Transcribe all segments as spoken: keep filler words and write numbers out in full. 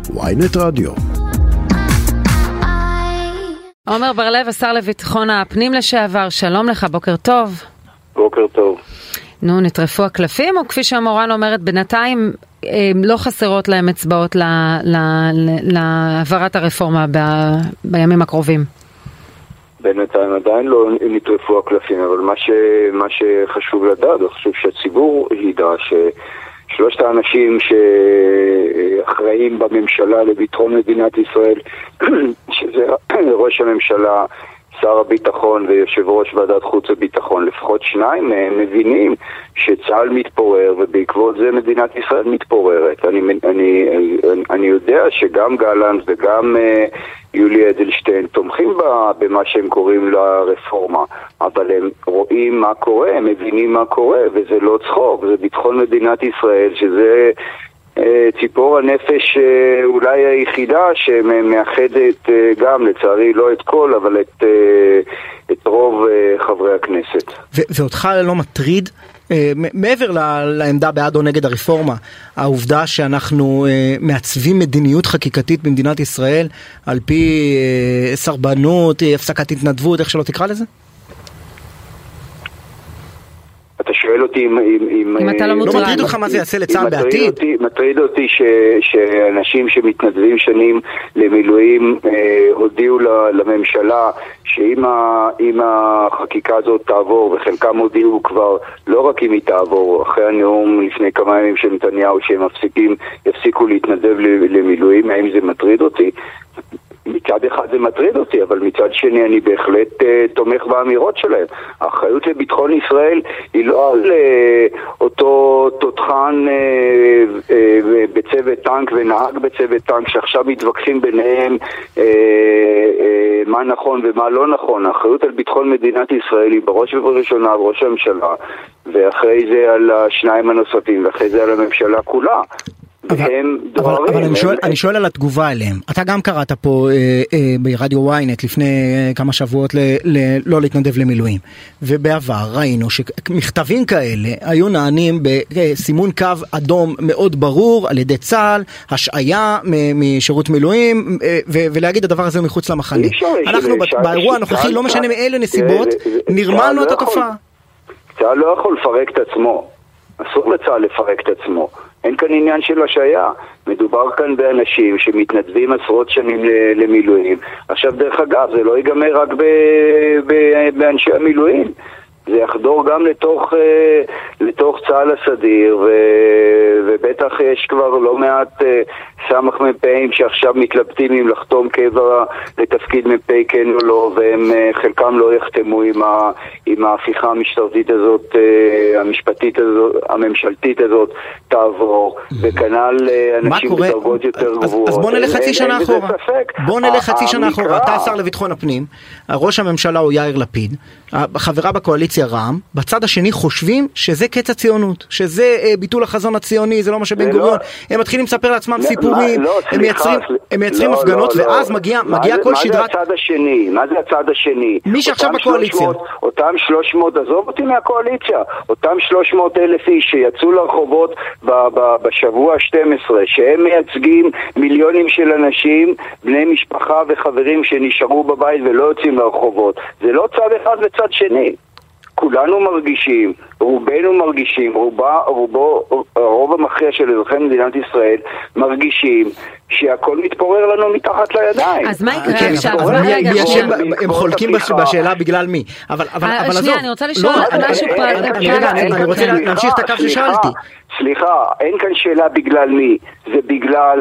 וויינט רדיו. עומר בר-לב, השר לביטחון הפנים לשעבר, שלום לך, בוקר טוב. בוקר טוב. נו, נטרפו הקלפים, או כפי שהמורן אומרת, בינתיים לא חסרות להם אצבעות להעברת הרפורמה בימים הקרובים? בינתיים עדיין לא נטרפו הקלפים, אבל מה, ש, מה שחשוב לדעת, אני חושב שהציבור ידע ששלושת האנשים שאחראים בממשלה לביטחון מדינת ישראל, שזה ראש הממשלה, שר הביטחון ויושב ראש ועדת חוץ וביטחון, לפחות שניים מהם מבינים שצה"ל מתפורר, ובעקבות זה מדינת ישראל מתפוררת. אני, אני, אני יודע שגם גלנט וגם uh, יולי אדלשטיין תומכים במה שהם קוראים לרפורמה, אבל הם רואים מה קורה, הם מבינים מה קורה, וזה לא צחוק, זה ביטחון מדינת ישראל, שזה ציפור הנפש אולי היחידה שמאחדת גם, לצערי לא את כל, אבל את, את רוב חברי הכנסת. ו- ואותך לא מטריד, מעבר לעמדה בעד או נגד הרפורמה, העובדה שאנחנו מעצבים מדיניות חקיקתית במדינת ישראל על פי סרבנות, הפסקת התנדבות, איך שלא תקרא לזה? אתה שואל אותי אם... אם, אם אתה לא מוטרד. לא מטריד אותך מה זה יעשה לצה"ל בעתיד? אותי, מטריד אותי ש, שאנשים שמתנדבים שנים למילואים אה, הודיעו לממשלה שאם ה, אם החקיקה הזאת תעבור, וחלקם הודיעו כבר לא רק אם היא תעבור, אחרי הנאום לפני כמה ימים של נתניהו שהם מפסיקים, יפסיקו להתנדב למילואים, האם זה מטריד אותי? מצד אחד זה מטריד אותי, אבל מצד שני אני בהחלט uh, תומך באמירות שלהם. האחריות לביטחון ישראל היא לא על uh, אותו תותחן uh, uh, בצוות טנק ונהג בצוות טנק שעכשיו מתווכחים ביניהם uh, uh, מה נכון ומה לא נכון. האחריות על ביטחון מדינת ישראל היא בראש ובראשונה על ראש הממשלה, ואחרי זה על השניים הנוספים, ואחרי זה על הממשלה כולה. אבל, אבל, אבל אני, שואל, אני שואל על התגובה אליהם. אתה גם קראת פה אה, אה, ברדיו וויינט לפני אה, כמה שבועות ל, ל, לא להתנדב למילואים, ובעבר ראינו שמכתבים כאלה היו נענים בסימון קו אדום מאוד ברור על ידי צה"ל, השעיה משירות מילואים, אה, ו, ולהגיד הדבר הזה מחוץ למחנה. אנחנו באירוע הנוכחי, לא משנה מאלה נסיבות, נרמלנו את התופעה. צה"ל לא יכול לפרק את עצמו, אסור לצה"ל לפרק את עצמו. אין כאן עניין של השעיה, מדובר כאן באנשים שמתנדבים עשרות שנים למילואים. עכשיו דרך אגב, זה לא ייגמר רק ב- ב- באנשי המילואים, זה יחדור גם לתוך, לתוך צה"ל הסדיר, ו, ובטח יש כבר לא מעט סמך מפאים שעכשיו מתלבטים אם לחתום קבע לתפקיד מפאי כן או לא, והם חלקם לא יחתמו עם, ה, עם ההפיכה המשטרתית הזאת, המשפטית הזאת, הממשלתית הזאת תעבור, וכנ"ל אנשים בדרגות יותר גבוהות. אז בוא נלך חצי שנה אחורה. בוא נלך חצי שנה אחורה. אתה השר לביטחון הפנים, ראש הממשלה הוא יאיר לפיד, החברה בקואליציה רע"מ, בצד השני חושבים שזה קץ הציונות, שזה אה, ביטול החזון הציוני, זה לא מה שבן גוריון. לא, הם מתחילים לספר לעצמם לא, סיפורים, לא, הם מייצרים, הם מייצרים לא, הפגנות, לא, ואז לא. מגיע, מגיע מה כל זה, שדרת... מה זה הצד השני? מה זה הצד השני? מי שעכשיו בקואליציה. אותם שלוש מאות, עזוב אותי מהקואליציה, אותם שלוש מאות אלף איש שיצאו לרחובות ב, ב, בשבוע ה-שתים עשרה, שהם מייצגים מיליונים של אנשים, בני משפחה וחברים שנשארו בבית ולא יוצאים לרחובות. זה לא צד אחד וצד שני. כולנו מרגישים, רובנו מרגישים, רובה, רובו, הרוב המכריע של אזרחי מדינת ישראל מרגישים שהכל מתפורר לנו מתחת לידיים. אז מה יקרה עכשיו? הם חולקים בשאלה בגלל מי. אבל שנייה, אני רוצה לשאול משהו פה. אני רוצה להמשיך את הקו ששאלתי. סליחה, אין כאן שאלה בגלל מי, זה בגלל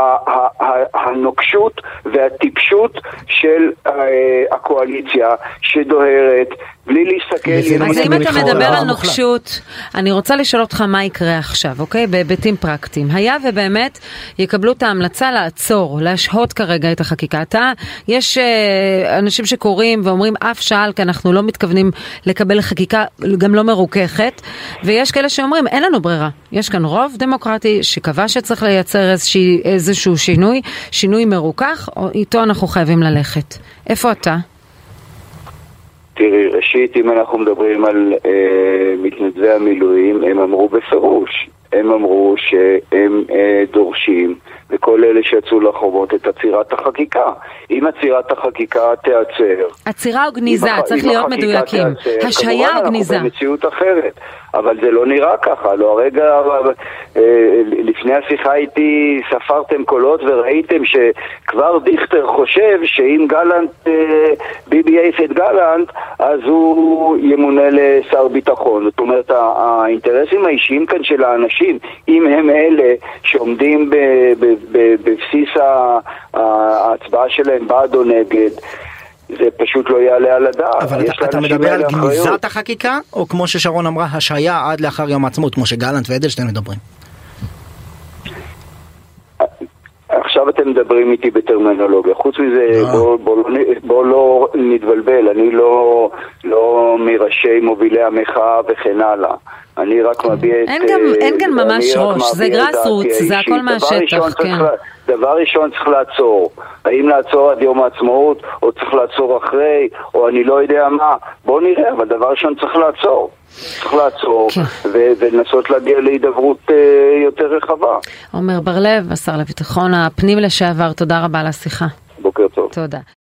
הנוקשות והטיפשות של הקואליציה שדוהרת בלי להסתכל. אז אם אתה מדבר על נוקשות, אני רוצה לשאול אותך מה יקרה עכשיו, אוקיי? בהיבטים פרקטיים. היה ובאמת יקבלו את ההמלצה לעצור, להשהות כרגע את החקיקה. אתה, יש אנשים שקוראים ואומרים אף שעל, כי אנחנו לא מתכוונים לקבל חקיקה גם לא מרוככת, ויש כאלה שאומרים אין לנו ברירה. יש כאן רוב דמוקרטי שקבע שצריך לייצר איזושהי, איזשהו שינוי, שינוי מרוכך, או איתו אנחנו חייבים ללכת. איפה אתה? תראי, ראשית, אם אנחנו מדברים על אה, מתנדבי המילואים, הם אמרו בפירוש, הם אמרו שהם אה, דורשים וכל אלה שיצאו לרחובות את עצירת החקיקה. אם עצירת החקיקה תיעצר... עצירה או גניזה, צריך להיות מדויקים. השהיה או גניזה. אנחנו במציאות אחרת. אבל זה לא נראה ככה. לא הרגע, לפני השיחה איתי ספרתם קולות וראיתם שכבר דיכטר חושב שאם גלנט, ביבי יעיף את גלנט, אז הוא ימונה לשר ביטחון. זאת אומרת, האינטרסים האישיים כאן של האנשים, אם הם אלה שעומדים בבסיס ההצבעה שלהם בעד או נגד, זה פשוט לא יעלה על הדעת. אבל אתה, אתה מדבר על גניזת החקיקה, או כמו ששרון אמרה, השהיה עד לאחר יום העצמאות, כמו שגלנט ואדלשטיין מדברים? עכשיו אתם מדברים איתי בטרמינולוגיה. חוץ מזה, בוא, בוא, בוא לא נתבלבל. אני לא, לא מראשי מובילי המחאה וכן הלאה. אני רק מביע את... אין גם, אין גם ממש ראש, זה גרס רוץ, זה הכל מהשטח, כן. דבר ראשון צריך לעצור. האם לעצור עד יום העצמאות, או צריך לעצור אחרי, או אני לא יודע מה. בוא נראה, אבל דבר ראשון צריך לעצור. צריך לעצור, ולנסות להגיע להידברות יותר רחבה. עומר בר לב, השר לביטחון הפנים לשעבר, תודה רבה על השיחה. בוקר טוב. תודה.